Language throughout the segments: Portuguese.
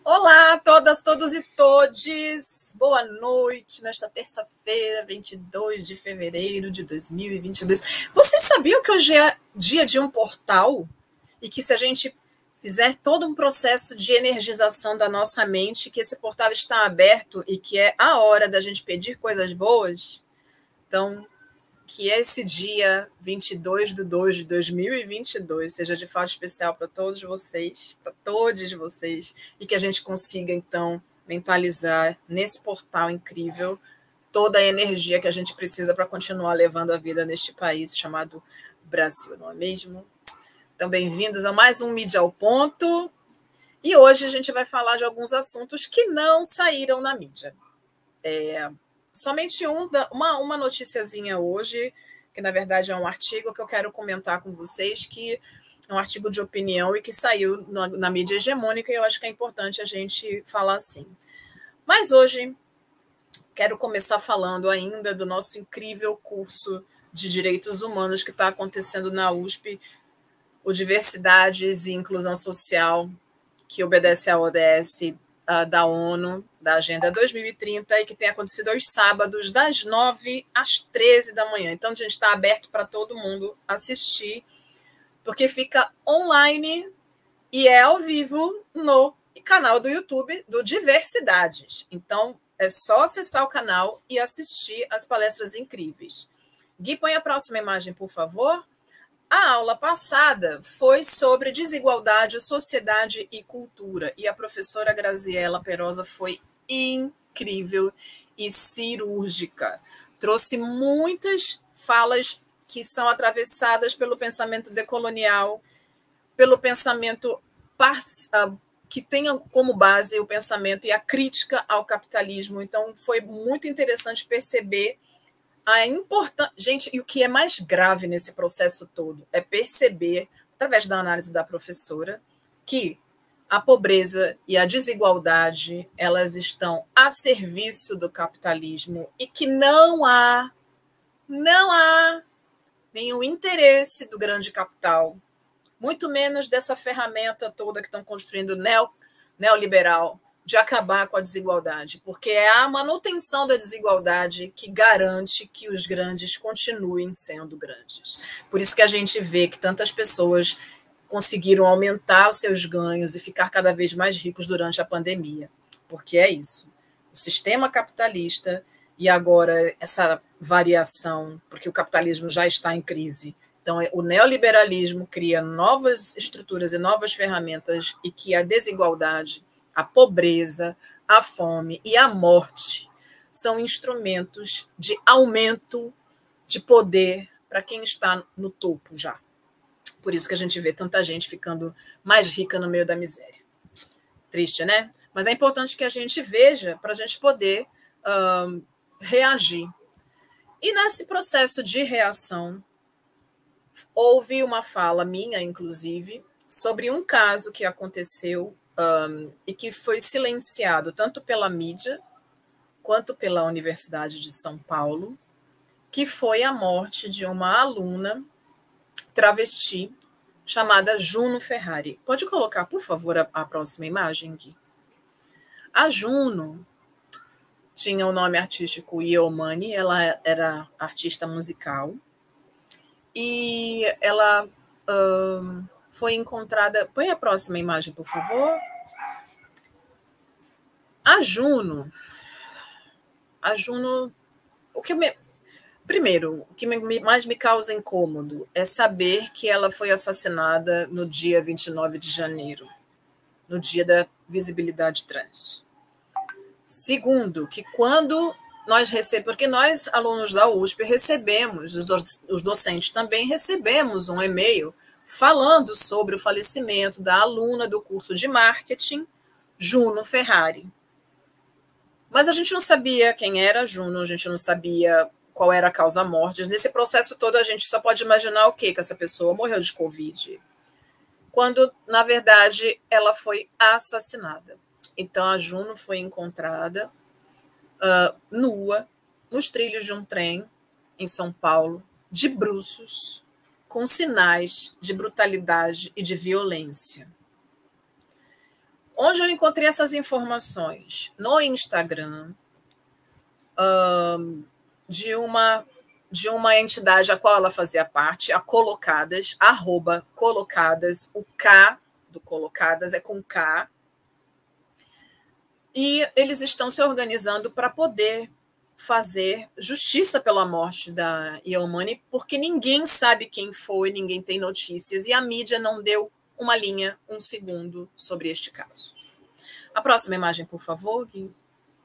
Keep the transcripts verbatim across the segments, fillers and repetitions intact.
Olá a todas, todos e todes. Boa noite nesta terça-feira, vinte e dois de fevereiro de dois mil e vinte e dois. Vocês sabiam que hoje é dia de um portal? E que se a gente fizer todo um processo de energização da nossa mente, que esse portal está aberto e que é a hora da gente pedir coisas boas? Então, que esse dia vinte e dois de dois de dois mil e vinte e dois seja de fato especial para todos vocês, para todos vocês, e que a gente consiga, então, mentalizar nesse portal incrível toda a energia que a gente precisa para continuar levando a vida neste país chamado Brasil, não é mesmo? Então, bem-vindos a mais um Mídia ao Ponto, e hoje a gente vai falar de alguns assuntos que não saíram na mídia. É... Somente um, uma, uma noticiazinha hoje, que na verdade é um artigo que eu quero comentar com vocês, que é um artigo de opinião e que saiu na, na mídia hegemônica, e eu acho que é importante a gente falar assim. Mas hoje quero começar falando ainda do nosso incrível curso de Direitos Humanos que está acontecendo na U S P, o Diversidades e Inclusão Social, que obedece à O D S uh, da ONU, da Agenda dois mil e trinta, e que tem acontecido aos sábados, das nove às treze da manhã. Então, a gente está aberto para todo mundo assistir, porque fica online e é ao vivo no canal do YouTube do Diversidades. Então, é só acessar o canal e assistir as palestras incríveis. Gui, põe a próxima imagem, por favor. A aula passada foi sobre desigualdade, sociedade e cultura, e a professora Graziela Perosa foi incrível e cirúrgica. Trouxe muitas falas que são atravessadas pelo pensamento decolonial, pelo pensamento que tem como base o pensamento e a crítica ao capitalismo. Então, foi muito interessante perceber a importância. Gente, e o que é mais grave nesse processo todo é perceber, através da análise da professora, que a pobreza e a desigualdade, elas estão a serviço do capitalismo e que não há, não há nenhum interesse do grande capital, muito menos dessa ferramenta toda que estão construindo neo, neoliberal, de acabar com a desigualdade, porque é a manutenção da desigualdade que garante que os grandes continuem sendo grandes. Por isso que a gente vê que tantas pessoas conseguiram aumentar os seus ganhos e ficar cada vez mais ricos durante a pandemia, porque é isso. O sistema capitalista e agora essa variação, porque o capitalismo já está em crise. Então, o neoliberalismo cria novas estruturas e novas ferramentas e que a desigualdade, a pobreza, a fome e a morte são instrumentos de aumento de poder para quem está no topo já. Por isso que a gente vê tanta gente ficando mais rica no meio da miséria. Triste, né? Mas é importante que a gente veja para a gente poder uh, reagir. E nesse processo de reação, houve uma fala minha, inclusive, sobre um caso que aconteceu Um, e que foi silenciado tanto pela mídia quanto pela Universidade de São Paulo, que foi a morte de uma aluna travesti chamada Juno Ferrari. Pode colocar, por favor, a, a próxima imagem, Gui? A Juno tinha o nome artístico Iomani, ela era artista musical, e ela um, foi encontrada... Põe a próxima imagem, por favor. A Juno, a Juno, o que me, primeiro, o que me, mais me causa incômodo é saber que ela foi assassinada no dia vinte e nove de janeiro, no dia da visibilidade trans. Segundo, que quando nós recebemos, porque nós, alunos da U S P, recebemos, os, do, os docentes também recebemos um e-mail falando sobre o falecimento da aluna do curso de marketing, Juno Ferrari. Mas a gente não sabia quem era a Juno, a gente não sabia qual era a causa-morte. Nesse processo todo, a gente só pode imaginar o quê? Que essa pessoa morreu de Covid. Quando, na verdade, ela foi assassinada. Então, a Juno foi encontrada uh, nua, nos trilhos de um trem, em São Paulo, de bruços, com sinais de brutalidade e de violência. Onde eu encontrei essas informações? No Instagram, um, de uma de uma entidade a qual ela fazia parte, a Colocadas, arroba Colocadas, o K do Colocadas é com K, e eles estão se organizando para poder fazer justiça pela morte da Iomane, porque ninguém sabe quem foi, ninguém tem notícias, e a mídia não deu uma linha, um segundo sobre este caso. A próxima imagem, por favor, Gui.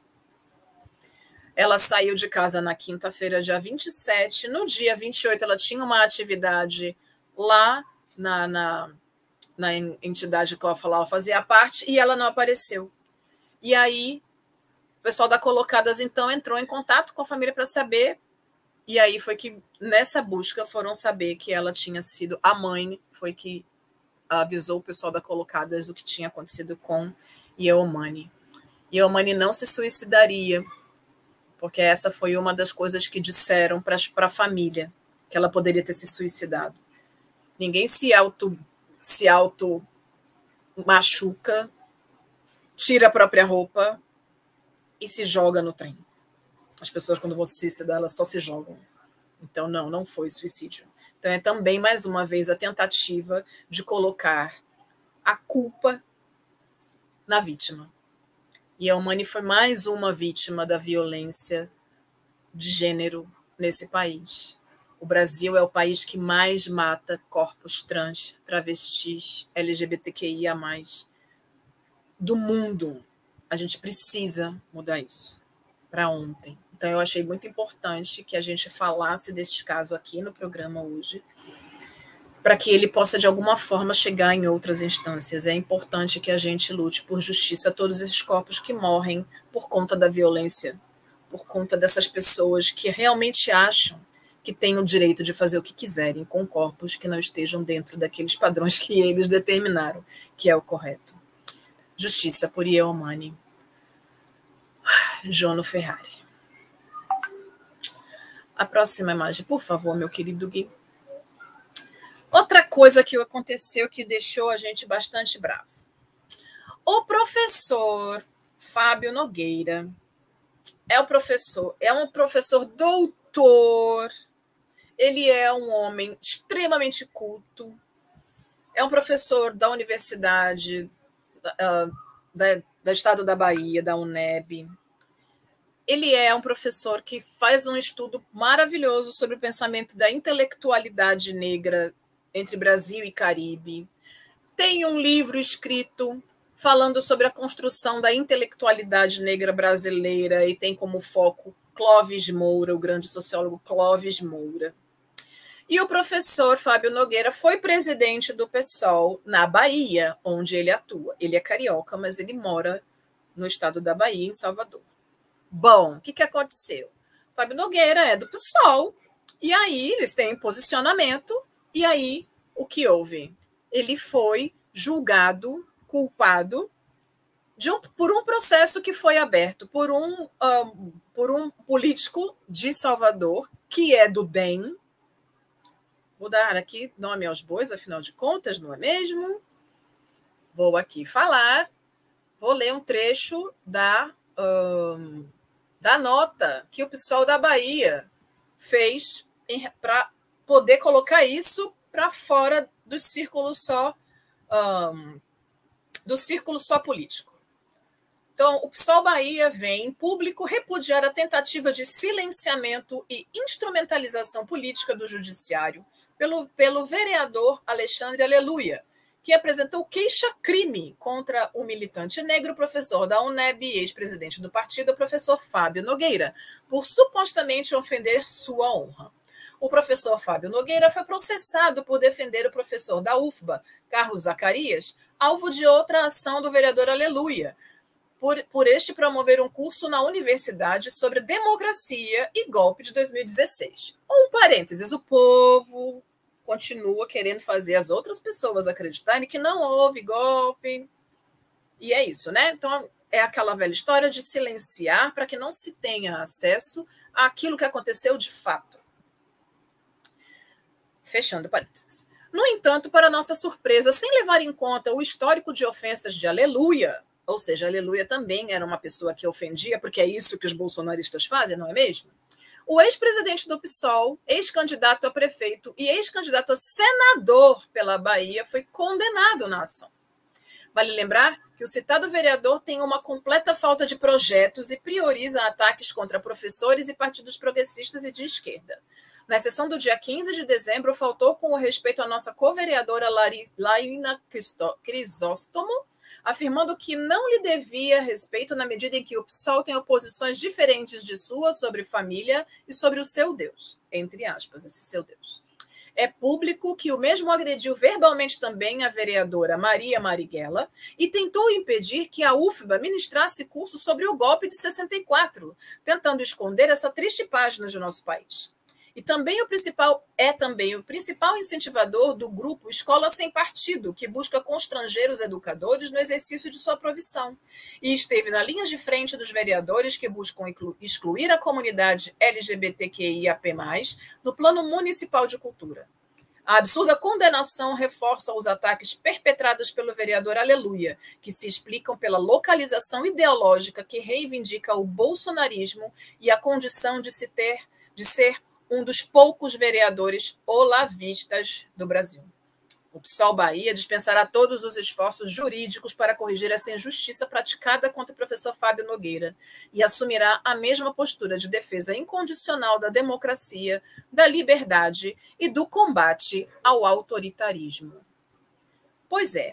Ela saiu de casa na quinta-feira, dia vinte e sete. No dia vinte e oito, ela tinha uma atividade lá na, na, na entidade que ela falava, fazia parte, e ela não apareceu. E aí, o pessoal da Colocadas, então, entrou em contato com a família para saber, e aí foi que, nessa busca, foram saber que ela tinha sido a mãe, foi que avisou o pessoal da Colocadas o que tinha acontecido com Iomane. Iomane não se suicidaria, porque essa foi uma das coisas que disseram para a família, que ela poderia ter se suicidado. Ninguém se auto, se auto machuca, tira a própria roupa e se joga no trem. As pessoas, quando vão se suicidar, elas só se jogam. Então, não, não foi suicídio. Então, é também, mais uma vez, a tentativa de colocar a culpa na vítima. E a Iomane foi mais uma vítima da violência de gênero nesse país. O Brasil é o país que mais mata corpos trans, travestis, L G B T Q I A mais, do mundo. A gente precisa mudar isso para ontem. Então, eu achei muito importante que a gente falasse desse caso aqui no programa hoje, para que ele possa, de alguma forma, chegar em outras instâncias. É importante que a gente lute por justiça a todos esses corpos que morrem por conta da violência, por conta dessas pessoas que realmente acham que têm o direito de fazer o que quiserem com corpos que não estejam dentro daqueles padrões que eles determinaram que é o correto. Justiça por Iomane. Jono Ferrari. A próxima imagem, por favor, meu querido Gui. Outra coisa que aconteceu que deixou a gente bastante bravo. O professor Fábio Nogueira é o professor, é um professor doutor, ele é um homem extremamente culto, é um professor da Universidade uh, da, do Estado da Bahia, da UNEB. Ele é um professor que faz um estudo maravilhoso sobre o pensamento da intelectualidade negra entre Brasil e Caribe. Tem um livro escrito falando sobre a construção da intelectualidade negra brasileira e tem como foco Clóvis Moura, o grande sociólogo Clóvis Moura. E o professor Fábio Nogueira foi presidente do PSOL na Bahia, onde ele atua. Ele é carioca, mas ele mora no estado da Bahia, em Salvador. Bom, o que, que aconteceu? Fábio Nogueira é do PSOL, e aí eles têm posicionamento, e aí o que houve? Ele foi julgado, culpado, de um, por um processo que foi aberto por um, um, por um político de Salvador, que é do D E M. Vou dar aqui nome aos bois, afinal de contas, não é mesmo? Vou aqui falar, vou ler um trecho da... Um, da nota que o pessoal da Bahia fez para poder colocar isso para fora do círculo só um, do círculo só político. Então, o PSOL Bahia vem em público repudiar a tentativa de silenciamento e instrumentalização política do judiciário pelo, pelo vereador Alexandre Aleluia, que apresentou queixa-crime contra o militante negro, professor da UNEB e ex-presidente do partido, o professor Fábio Nogueira, por supostamente ofender sua honra. O professor Fábio Nogueira foi processado por defender o professor da U F B A, Carlos Zacarias, alvo de outra ação do vereador Aleluia, por, por este promover um curso na universidade sobre democracia e golpe de dois mil e dezesseis. Um parênteses, o povo continua querendo fazer as outras pessoas acreditarem que não houve golpe. E é isso, né? Então, é aquela velha história de silenciar para que não se tenha acesso àquilo que aconteceu de fato. Fechando parênteses. No entanto, para nossa surpresa, sem levar em conta o histórico de ofensas de Aleluia, ou seja, Aleluia também era uma pessoa que ofendia, porque é isso que os bolsonaristas fazem, não é mesmo? O ex-presidente do PSOL, ex-candidato a prefeito e ex-candidato a senador pela Bahia, foi condenado na ação. Vale lembrar que o citado vereador tem uma completa falta de projetos e prioriza ataques contra professores e partidos progressistas e de esquerda. Na sessão do dia quinze de dezembro, faltou com o respeito à nossa co-vereadora Laína Crisóstomo, afirmando que não lhe devia respeito na medida em que o PSOL tem oposições diferentes de sua sobre família e sobre o seu Deus, entre aspas, esse seu Deus. É público que o mesmo agrediu verbalmente também a vereadora Maria Marighella e tentou impedir que a U F B A ministrasse curso sobre o golpe de sessenta e quatro, tentando esconder essa triste página de nosso país. E também o principal é também o principal incentivador do grupo Escola Sem Partido, que busca constranger os educadores no exercício de sua profissão. E esteve na linha de frente dos vereadores que buscam excluir a comunidade L G B T Q I A P mais, no plano municipal de cultura. A absurda condenação reforça os ataques perpetrados pelo vereador Aleluia, que se explicam pela localização ideológica que reivindica o bolsonarismo e a condição de se ter, de ser um dos poucos vereadores olavistas do Brasil. O PSOL Bahia dispensará todos os esforços jurídicos para corrigir essa injustiça praticada contra o professor Fábio Nogueira e assumirá a mesma postura de defesa incondicional da democracia, da liberdade e do combate ao autoritarismo. Pois é,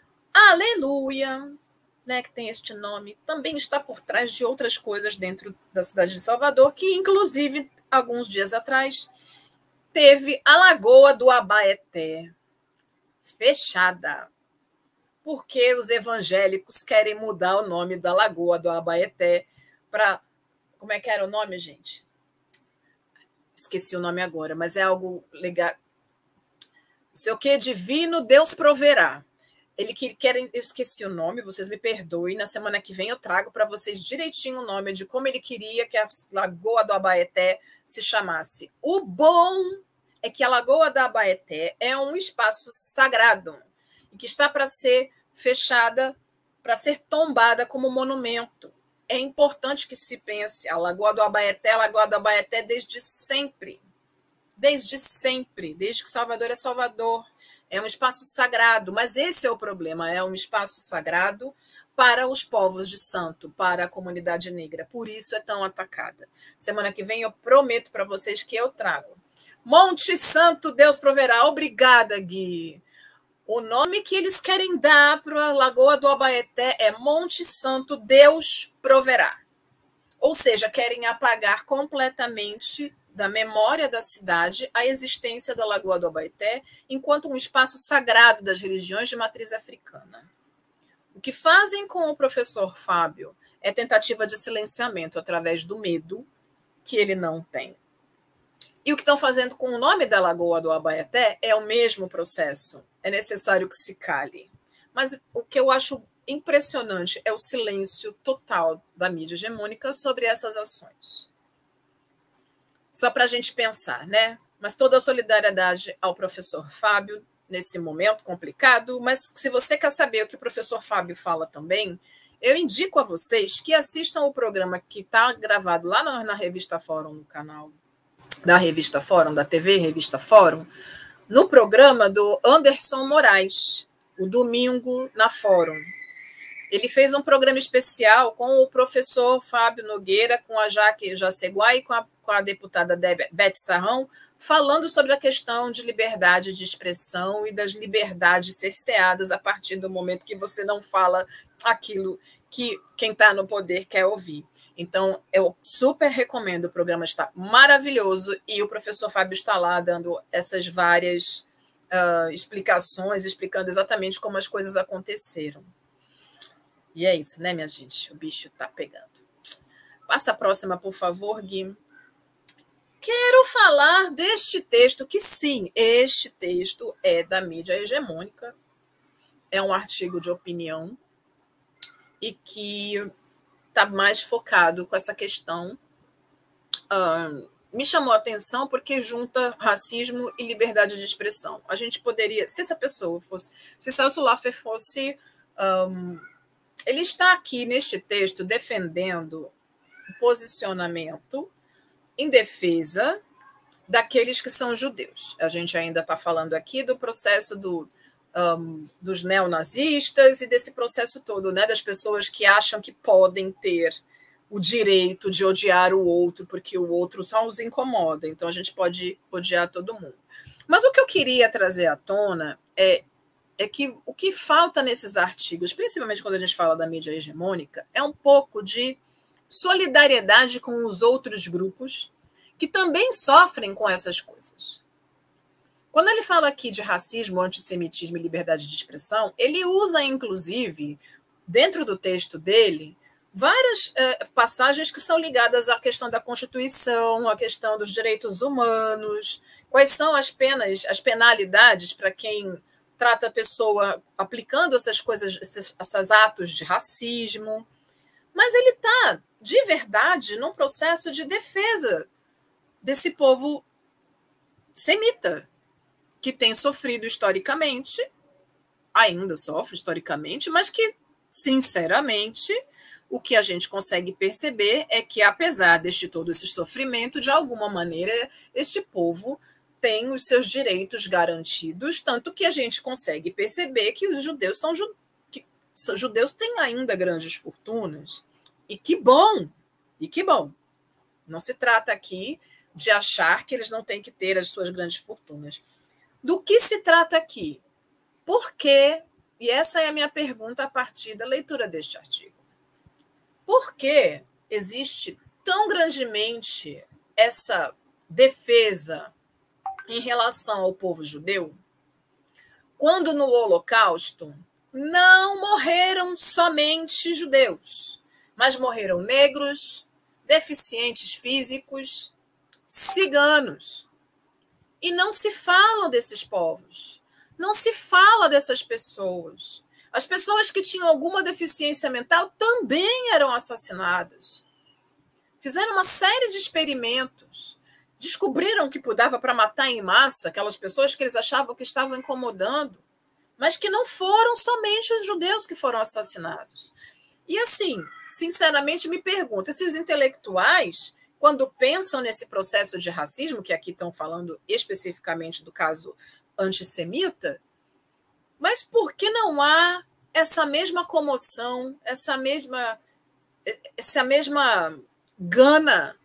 Aleluia, né, que tem este nome, também está por trás de outras coisas dentro da cidade de Salvador, que inclusive alguns dias atrás, teve a Lagoa do Abaeté fechada, porque os evangélicos querem mudar o nome da Lagoa do Abaeté para... Como é que era o nome, gente? Esqueci o nome agora, mas é algo legal. Não sei o que, divino Deus proverá. Ele que querem, eu esqueci o nome, vocês me perdoem. Na semana que vem eu trago para vocês direitinho o nome de como ele queria que a Lagoa do Abaeté se chamasse. O bom é que a Lagoa do Abaeté é um espaço sagrado e que está para ser fechada, para ser tombada como monumento. É importante que se pense a Lagoa do Abaeté, a Lagoa do Abaeté desde sempre. Desde sempre, desde que Salvador é Salvador. É um espaço sagrado, mas esse é o problema, é um espaço sagrado para os povos de santo, para a comunidade negra. Por isso é tão atacada. Semana que vem eu prometo para vocês que eu trago. Monte Santo, Deus proverá. Obrigada, Gui. O nome que eles querem dar para a Lagoa do Abaeté é Monte Santo, Deus proverá. Ou seja, querem apagar completamente da memória da cidade a existência da Lagoa do Abaeté enquanto um espaço sagrado das religiões de matriz africana. O que fazem com o professor Fábio é tentativa de silenciamento através do medo que ele não tem. E o que estão fazendo com o nome da Lagoa do Abaeté é o mesmo processo. É necessário que se cale. Mas o que eu acho impressionante é o silêncio total da mídia hegemônica sobre essas ações. Só para a gente pensar, né? Mas toda a solidariedade ao professor Fábio nesse momento complicado. Mas se você quer saber o que o professor Fábio fala também, eu indico a vocês que assistam o programa que está gravado lá na, na Revista Fórum, no canal da Revista Fórum, da T V Revista Fórum, no programa do Anderson Moraes, o Domingo na Fórum. Ele fez um programa especial com o professor Fábio Nogueira, com a Jaque Jaceguá e com a com a deputada Beth Sarrão, falando sobre a questão de liberdade de expressão e das liberdades cerceadas a partir do momento que você não fala aquilo que quem está no poder quer ouvir. Então, eu super recomendo, o programa está maravilhoso e o professor Fábio está lá dando essas várias uh, explicações, explicando exatamente como as coisas aconteceram. E é isso, né, minha gente? O bicho está pegando. Passa a próxima, por favor, Gui. Quero falar deste texto, que sim, este texto é da mídia hegemônica, é um artigo de opinião e que está mais focado com essa questão uh, me chamou a atenção porque junta racismo e liberdade de expressão. A gente poderia, se essa pessoa fosse, se Celso Laffer fosse, um, ele está aqui neste texto defendendo o posicionamento em defesa daqueles que são judeus. A gente ainda está falando aqui do processo do, um, dos neonazistas e desse processo todo, né, das pessoas que acham que podem ter o direito de odiar o outro porque o outro só os incomoda. Então, a gente pode odiar todo mundo. Mas o que eu queria trazer à tona é, é que o que falta nesses artigos, principalmente quando a gente fala da mídia hegemônica, é um pouco de solidariedade com os outros grupos que também sofrem com essas coisas. Quando ele fala aqui de racismo, antissemitismo e liberdade de expressão, ele usa, inclusive, dentro do texto dele, várias eh, passagens que são ligadas à questão da Constituição, à questão dos direitos humanos, quais são as penas, as penalidades para quem trata a pessoa aplicando essas coisas, esses, esses atos de racismo. Mas ele está, de verdade, num processo de defesa desse povo semita, que tem sofrido historicamente, ainda sofre historicamente, mas que, sinceramente, o que a gente consegue perceber é que, apesar deste todo esse sofrimento, de alguma maneira, este povo tem os seus direitos garantidos, tanto que a gente consegue perceber que os judeus são, ju que os judeus têm ainda grandes fortunas. E que bom! E que bom! Não se trata aqui de achar que eles não têm que ter as suas grandes fortunas. Do que se trata aqui? Por quê? E essa é a minha pergunta a partir da leitura deste artigo. Por que existe tão grandemente essa defesa em relação ao povo judeu, quando no Holocausto não morreram somente judeus, mas morreram negros, deficientes físicos, ciganos? E não se fala desses povos, não se fala dessas pessoas. As pessoas que tinham alguma deficiência mental também eram assassinadas. Fizeram uma série de experimentos. Descobriram que dava para matar em massa aquelas pessoas que eles achavam que estavam incomodando, mas que não foram somente os judeus que foram assassinados. E assim, sinceramente, me pergunto, esses intelectuais, quando pensam nesse processo de racismo, que aqui estão falando especificamente do caso antissemita, mas por que não há essa mesma comoção, essa mesma, essa mesma gana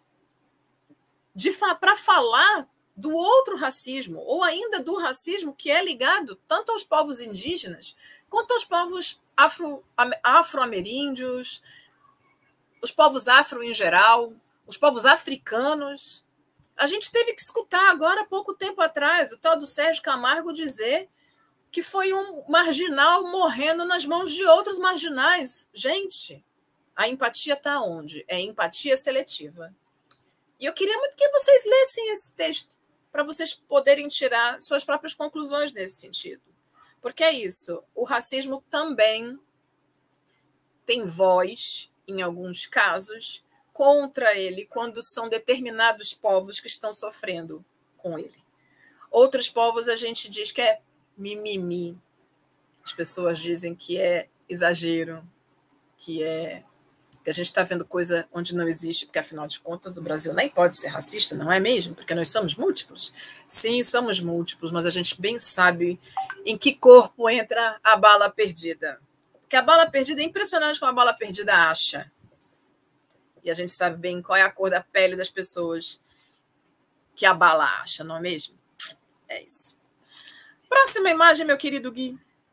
para falar do outro racismo, ou ainda do racismo que é ligado tanto aos povos indígenas quanto aos povos afro, afro-ameríndios, os povos afro em geral, os povos africanos? A gente teve que escutar agora, há pouco tempo atrás, o tal do Sérgio Camargo dizer que foi um marginal morrendo nas mãos de outros marginais. Gente, a empatia está onde? É empatia seletiva. E eu queria muito que vocês lessem esse texto para vocês poderem tirar suas próprias conclusões nesse sentido. Porque é isso, o racismo também tem voz, em alguns casos, contra ele, quando são determinados povos que estão sofrendo com ele. Outros povos a gente diz que é mimimi. As pessoas dizem que é exagero, que é que a gente está vendo coisa onde não existe, porque, afinal de contas, o Brasil nem pode ser racista, não é mesmo? Porque nós somos múltiplos. Sim, somos múltiplos, mas a gente bem sabe em que corpo entra a bala perdida. Porque a bala perdida é impressionante como a bala perdida acha. E a gente sabe bem qual é a cor da pele das pessoas que a bala acha, não é mesmo? É isso. Próxima imagem, meu querido Gui.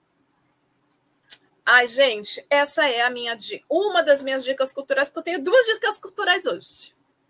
Ai, gente, essa é a minha dica, uma das minhas dicas culturais, porque eu tenho duas dicas culturais hoje.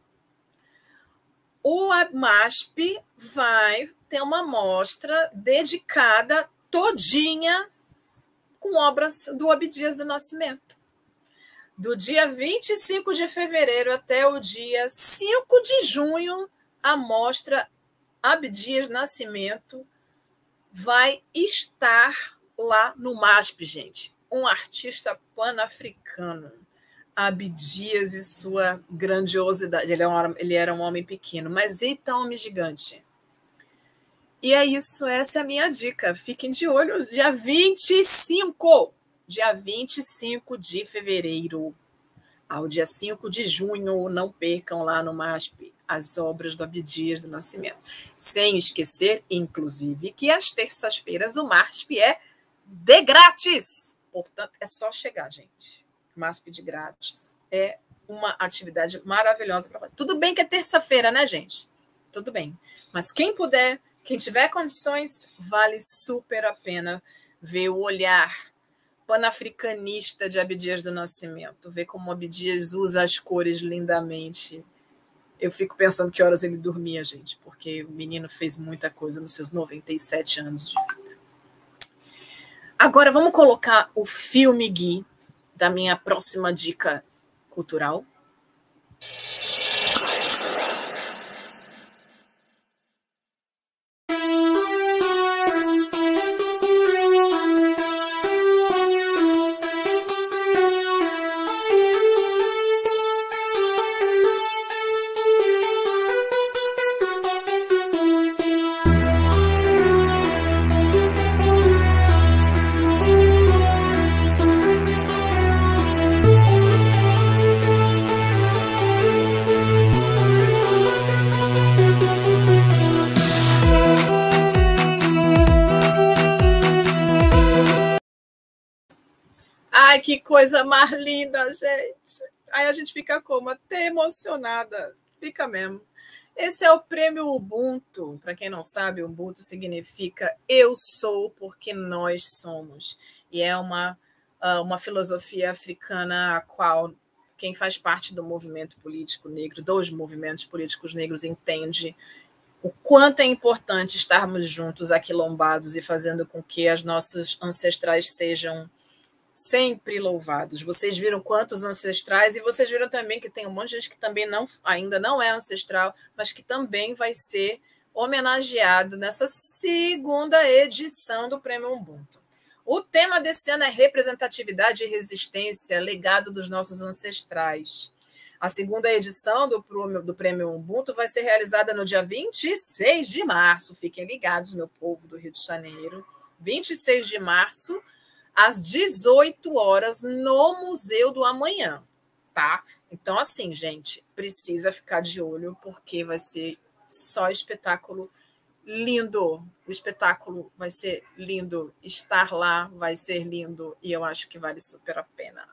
O AMASP vai ter uma mostra dedicada todinha com obras do Abdias do Nascimento. Do dia vinte e cinco de fevereiro até o dia cinco de junho, a mostra Abdias Nascimento vai estar lá no MASP, gente. Um artista pan-africano. Abdias e sua grandiosidade. Ele, é um, ele era um homem pequeno, mas eita, homem gigante. E é isso, essa é a minha dica. Fiquem de olho, dia vinte e cinco, dia vinte e cinco de fevereiro ao dia cinco de junho, não percam lá no MASP as obras do Abdias do Nascimento. Sem esquecer, inclusive, que às terças-feiras o MASP é de grátis. Portanto, é só chegar, gente. MASP de grátis. É uma atividade maravilhosa para fazer. Tudo bem que é terça-feira, né, gente? Tudo bem. Mas quem puder, quem tiver condições, vale super a pena ver o olhar panafricanista de Abdias do Nascimento, ver como Abdias usa as cores lindamente. Eu fico pensando que horas ele dormia, gente, porque o menino fez muita coisa nos seus noventa e sete anos de vida. Agora, vamos colocar o filme Gui da minha próxima dica cultural. Ai, que coisa mais linda, gente. Aí a gente fica como? Até emocionada. Fica mesmo. Esse é o prêmio Ubuntu. Para quem não sabe, Ubuntu significa eu sou porque nós somos. E é uma, uma filosofia africana a qual quem faz parte do movimento político negro, dos movimentos políticos negros, entende o quanto é importante estarmos juntos, aquilombados, e fazendo com que os nossos ancestrais sejam sempre louvados. Vocês viram quantos ancestrais, e vocês viram também que tem um monte de gente que também não, ainda não é ancestral, mas que também vai ser homenageado nessa segunda edição do Prêmio Ubuntu. O tema desse ano é representatividade e resistência, legado dos nossos ancestrais. A segunda edição do, do Prêmio Ubuntu vai ser realizada no dia vinte e seis de março. Fiquem ligados, meu povo do Rio de Janeiro. vinte e seis de março, às dezoito horas, no Museu do Amanhã, tá? Então, assim, gente, precisa ficar de olho, porque vai ser só espetáculo lindo. O espetáculo vai ser lindo. Estar lá vai ser lindo, e eu acho que vale super a pena.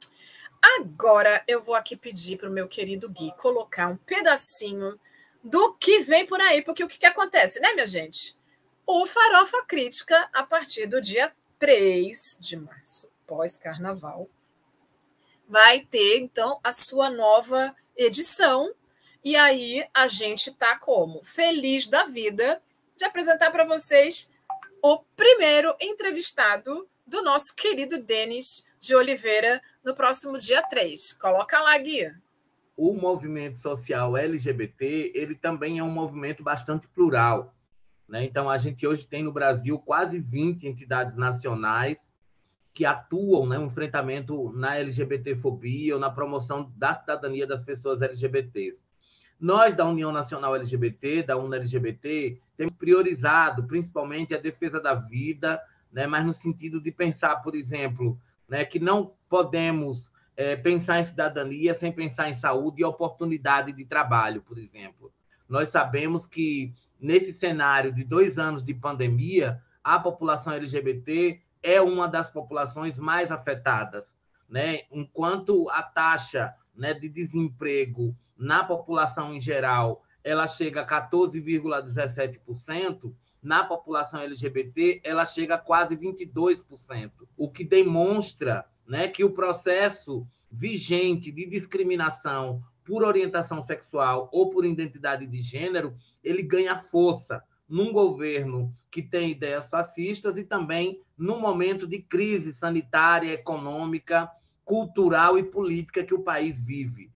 Agora, eu vou aqui pedir para o meu querido Gui colocar um pedacinho do que vem por aí, porque o que, que acontece, né, minha gente? O Farofa Crítica, a partir do dia três de março, pós-carnaval, vai ter, então, a sua nova edição. E aí a gente está como? Feliz da vida de apresentar para vocês o primeiro entrevistado do nosso querido Denis de Oliveira no próximo dia três. Coloca lá, Gui. O movimento social L G B T, ele também é um movimento bastante plural. Então, a gente hoje tem no Brasil quase vinte entidades nacionais que atuam no enfrentamento na LGBTfobia ou na promoção da cidadania das pessoas L G B Ts. Nós, da União Nacional L G B T, da U N L G B T, temos priorizado principalmente a defesa da vida, né? Mas no sentido de pensar, por exemplo, né, que não podemos é, pensar em cidadania sem pensar em saúde e oportunidade de trabalho, por exemplo. Nós sabemos que nesse cenário de dois anos de pandemia, a população L G B T é uma das populações mais afetadas, né? Enquanto a taxa, né, de desemprego na população em geral ela chega a quatorze vírgula dezessete por cento, na população L G B T ela chega a quase vinte e dois por cento, o que demonstra, né, que o processo vigente de discriminação por orientação sexual ou por identidade de gênero, ele ganha força num governo que tem ideias fascistas e também num momento de crise sanitária, econômica, cultural e política que o país vive.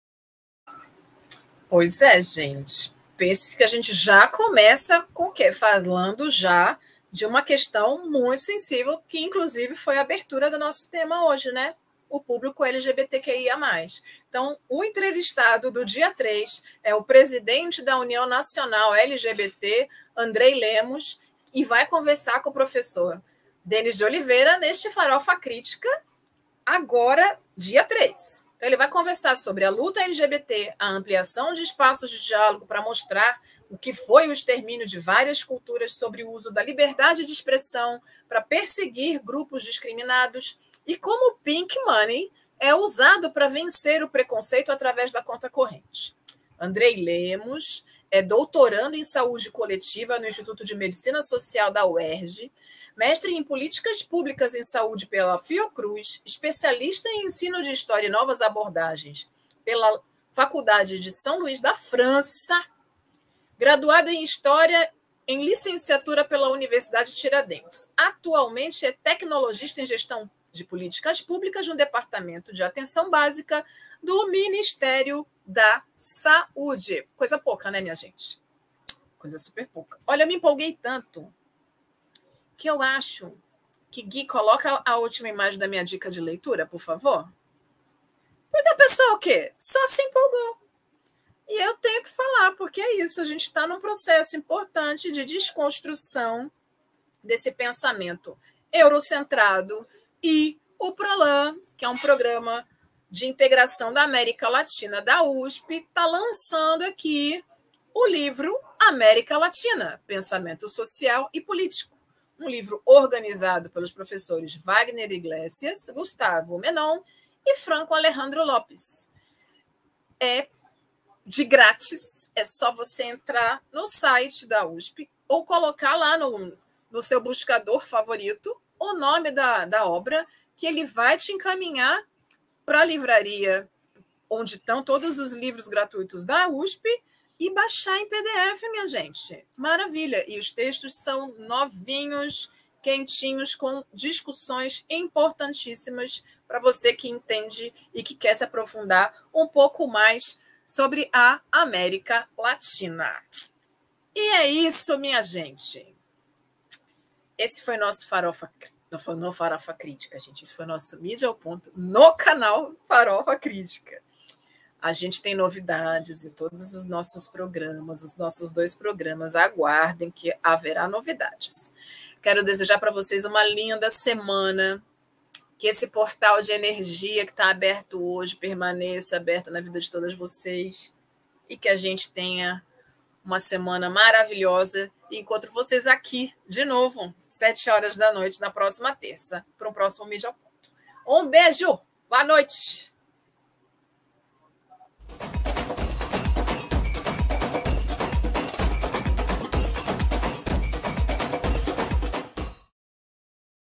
Pois é, gente. Pense que a gente já começa com o quê? Falando já de uma questão muito sensível, que inclusive foi a abertura do nosso tema hoje, né? o público L G B T Q I A mais. Então, o entrevistado do dia três é o presidente da União Nacional L G B T, Andrei Lemos, e vai conversar com o professor Denis de Oliveira neste Farofa Crítica, agora, dia três. Então, ele vai conversar sobre a luta L G B T, a ampliação de espaços de diálogo para mostrar o que foi o extermínio de várias culturas, sobre o uso da liberdade de expressão para perseguir grupos discriminados e como o Pink Money é usado para vencer o preconceito através da conta corrente. Andrei Lemos é doutorando em saúde coletiva no Instituto de Medicina Social da U E R J, mestre em políticas públicas em saúde pela Fiocruz, especialista em ensino de história e novas abordagens pela Faculdade de São Luís da França, graduado em História em licenciatura pela Universidade Tiradentes. Atualmente é tecnologista em gestão de políticas públicas no Departamento de Atenção Básica do Ministério da Saúde. Coisa pouca, né, minha gente? Coisa super pouca. Olha, eu me empolguei tanto que eu acho que Gui, coloca a última imagem da minha dica de leitura, por favor. Porque a pessoa o quê? Só se empolgou. E eu tenho que falar, porque é isso, a gente está num processo importante de desconstrução desse pensamento eurocentrado, e o PROLAN, que é um programa de integração da América Latina da U S P, está lançando aqui o livro América Latina, Pensamento Social e Político, um livro organizado pelos professores Wagner Iglesias, Gustavo Menon e Franco Alejandro Lopes. É de grátis, é só você entrar no site da U S P ou colocar lá no, no seu buscador favorito o nome da, da obra, que ele vai te encaminhar para a livraria onde estão todos os livros gratuitos da U S P e baixar em P D F, minha gente. Maravilha! E os textos são novinhos, quentinhos, com discussões importantíssimas para você que entende e que quer se aprofundar um pouco mais sobre a América Latina. E é isso, minha gente. Esse foi nosso Farofa, não foi no Farofa Crítica, gente. Esse foi nosso Mídia ao Ponto no canal Farofa Crítica. A gente tem novidades em todos os nossos programas, os nossos dois programas. Aguardem que haverá novidades. Quero desejar para vocês uma linda semana, que esse portal de energia que está aberto hoje permaneça aberto na vida de todas vocês e que a gente tenha uma semana maravilhosa. E encontro vocês aqui de novo, sete horas da noite, na próxima terça, para um próximo Mídia ao Ponto. Um beijo, boa noite!